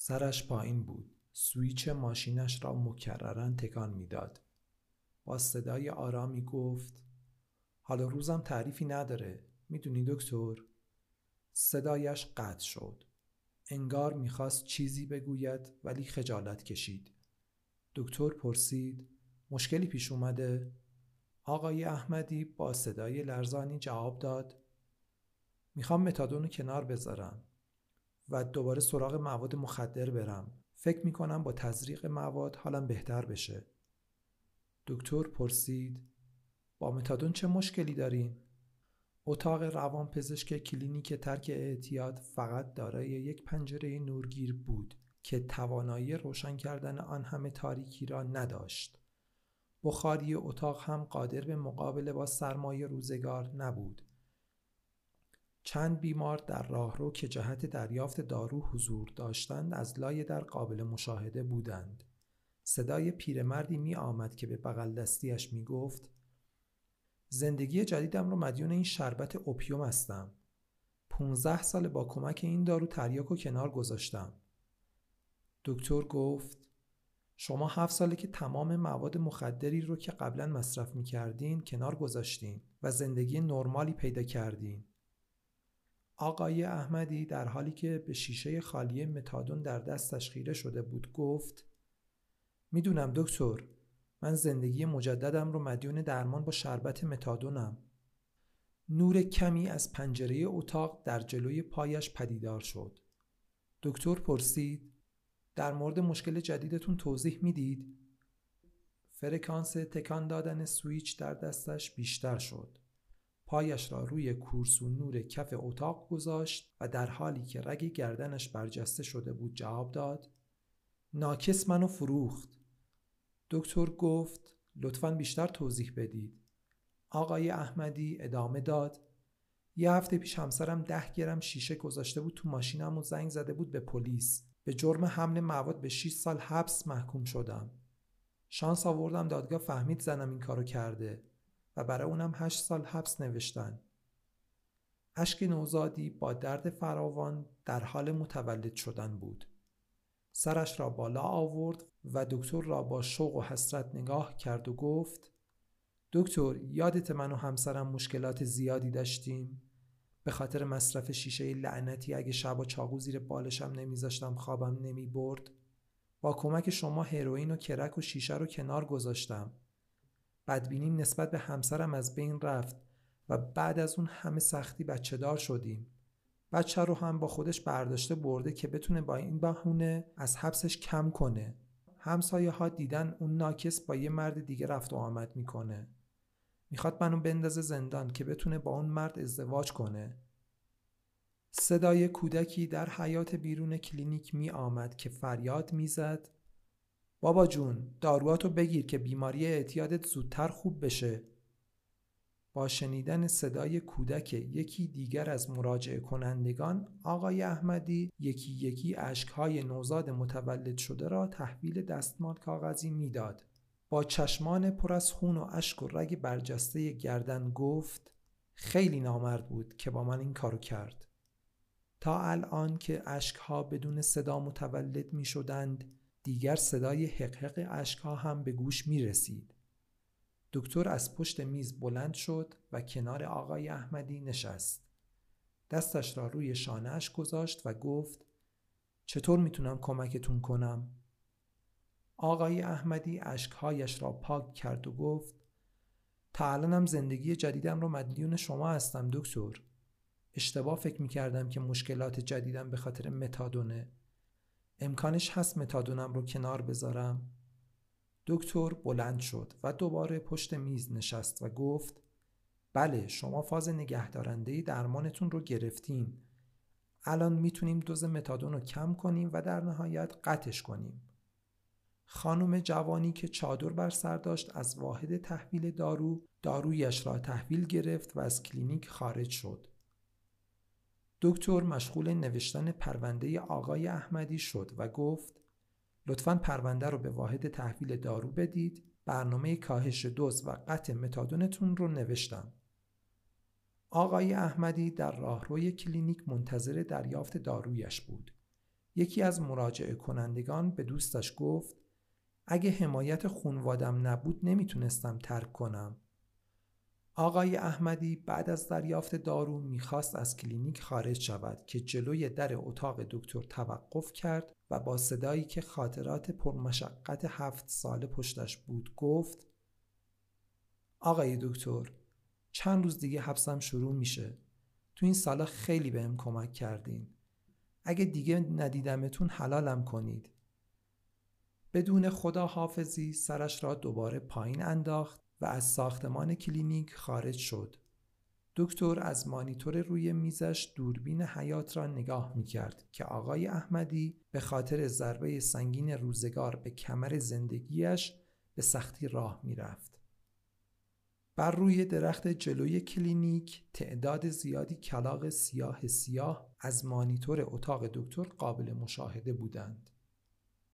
سرش پایین بود. سویچ ماشینش را مکرراً تکان میداد. با صدای آرامی گفت: حال روزم تعریفی نداره. میدونی دکتر؟ صدایش قطع شد. انگار میخواست چیزی بگوید ولی خجالت کشید. دکتر پرسید: مشکلی پیش اومده؟ آقای احمدی با صدای لرزانی جواب داد: میخوام متادون رو کنار بذارم و دوباره سراغ مواد مخدر برم. فکر میکنم با تزریق مواد حالم بهتر بشه. دکتر پرسید: با متادون چه مشکلی دارین؟ اتاق روانپزشک کلینیک ترک اعتیاد فقط دارای یک پنجره نورگیر بود که توانایی روشن کردن آن همه تاریکی را نداشت. بخاری اتاق هم قادر به مقابله با سرمای روزگار نبود. چند بیمار در راهرو که جهت دریافت دارو حضور داشتند از لای در قابل مشاهده بودند. صدای پیرمردی می آمد که به بغل دستیش می گفت: زندگی جدیدم رو مدیون این شربت اوپیوم هستم. 15 سال با کمک این دارو تریاک و کنار گذاشتم. دکتر گفت: شما 7 ساله که تمام مواد مخدری رو که قبلا مصرف می کردین کنار گذاشتین و زندگی نرمالی پیدا کردین. آقای احمدی در حالی که به شیشه خالی متادون در دستش خیره شده بود گفت: میدونم دکتر، من زندگی مجددم رو مدیون درمان با شربت متادونم. نور کمی از پنجره اتاق در جلوی پایش پدیدار شد. دکتر پرسید: در مورد مشکل جدیدتون توضیح میدید؟ فرکانس تکان دادن سویچ در دستش بیشتر شد. پایش را روی کورسو نور کف اتاق گذاشت و در حالی که رگ گردنش برجسته شده بود جواب داد: ناکس منو فروخت. دکتر گفت: لطفاً بیشتر توضیح بدید. آقای احمدی ادامه داد: یه هفته پیش همسرم 10 گرم شیشه گذاشته بود تو ماشینم و زنگ زده بود به پلیس. به جرم حمل مواد به 6 سال حبس محکوم شدم. شانس آوردم دادگاه فهمید زنم این کارو کرده و برای اونم 8 سال حبس نوشتن. اشک نوزادی با درد فراوان در حال متولد شدن بود. سرش را بالا آورد و دکتر را با شوق و حسرت نگاه کرد و گفت: دکتر، یادت من و همسرم مشکلات زیادی داشتیم؟ به خاطر مصرف شیشه لعنتی اگه شبا چاقو زیر بالشم نمیذاشتم خوابم نمی برد. با کمک شما هروئین و کرک و شیشه رو کنار گذاشتم. بدبینیم نسبت به همسرم از بین رفت و بعد از اون همه سختی بچه دار شدیم. بچه رو هم با خودش برداشته برده که بتونه با این بهونه از حبسش کم کنه. همسایه ها دیدن اون ناکس با یه مرد دیگه رفت و آمد میکنه. میخواد منو بندازه زندان که بتونه با اون مرد ازدواج کنه. صدای کودکی در حیاط بیرون کلینیک می آمد که فریاد می زد: بابا جون، داروهاتو بگیر که بیماری اعتیادت زودتر خوب بشه. با شنیدن صدای کودک یکی دیگر از مراجعه کنندگان، آقای احمدی یکی یکی اشکهای نوزاد متولد شده را تحویل دستمال کاغذی می داد. با چشمان پر از خون و اشک و رگ برجسته گردن گفت: خیلی نامرد بود که با من این کارو کرد. تا الان که اشکها بدون صدا متولد می شدند، دیگر صدای حقحق اشکها هم به گوش می رسید. دکتر از پشت میز بلند شد و کنار آقای احمدی نشست. دستش را روی شانه‌اش گذاشت و گفت: چطور میتونم کمکتون کنم؟ آقای احمدی اشکهایش را پاک کرد و گفت: تا الانم زندگی جدیدم رو مدیون شما هستم دکتر. اشتباه فکر میکردم که مشکلات جدیدم به خاطر متادونه. امکانش هست متادونم رو کنار بذارم؟ دکتر بلند شد و دوباره پشت میز نشست و گفت: بله، شما فاز نگهدارنده درمانتون رو گرفتین. الان میتونیم دوز متادون رو کم کنیم و در نهایت قطعش کنیم. خانم جوانی که چادر بر سر داشت از واحد تحویل دارویش را تحویل گرفت و از کلینیک خارج شد. دکتر مشغول نوشتن پرونده آقای احمدی شد و گفت: لطفاً پرونده رو به واحد تحویل دارو بدید. برنامه کاهش دوز و قطع متادونتون رو نوشتم. آقای احمدی در راهروی کلینیک منتظر دریافت دارویش بود. یکی از مراجعه کنندگان به دوستش گفت اگه حمایت خانوادم نبود نمیتونستم ترک کنم. آقای احمدی بعد از دریافت دارو میخواست از کلینیک خارج شود که جلوی در اتاق دکتر توقف کرد و با صدایی که خاطرات پرمشقت 7 ساله پشتش بود گفت آقای دکتر، چند روز دیگه حبسم شروع میشه. تو این سالا خیلی بهم کمک کردین. اگه دیگه ندیدمتون حلالم کنید. بدون خداحافظی سرش را دوباره پایین انداخت و از ساختمان کلینیک خارج شد. دکتر از مانیتور روی میزش دوربین حیات را نگاه می‌کرد که آقای احمدی به خاطر ضربه سنگین روزگار به کمر زندگیش به سختی راه می‌رفت. بر روی درخت جلوی کلینیک تعداد زیادی کلاغ سیاه از مانیتور اتاق دکتر قابل مشاهده بودند.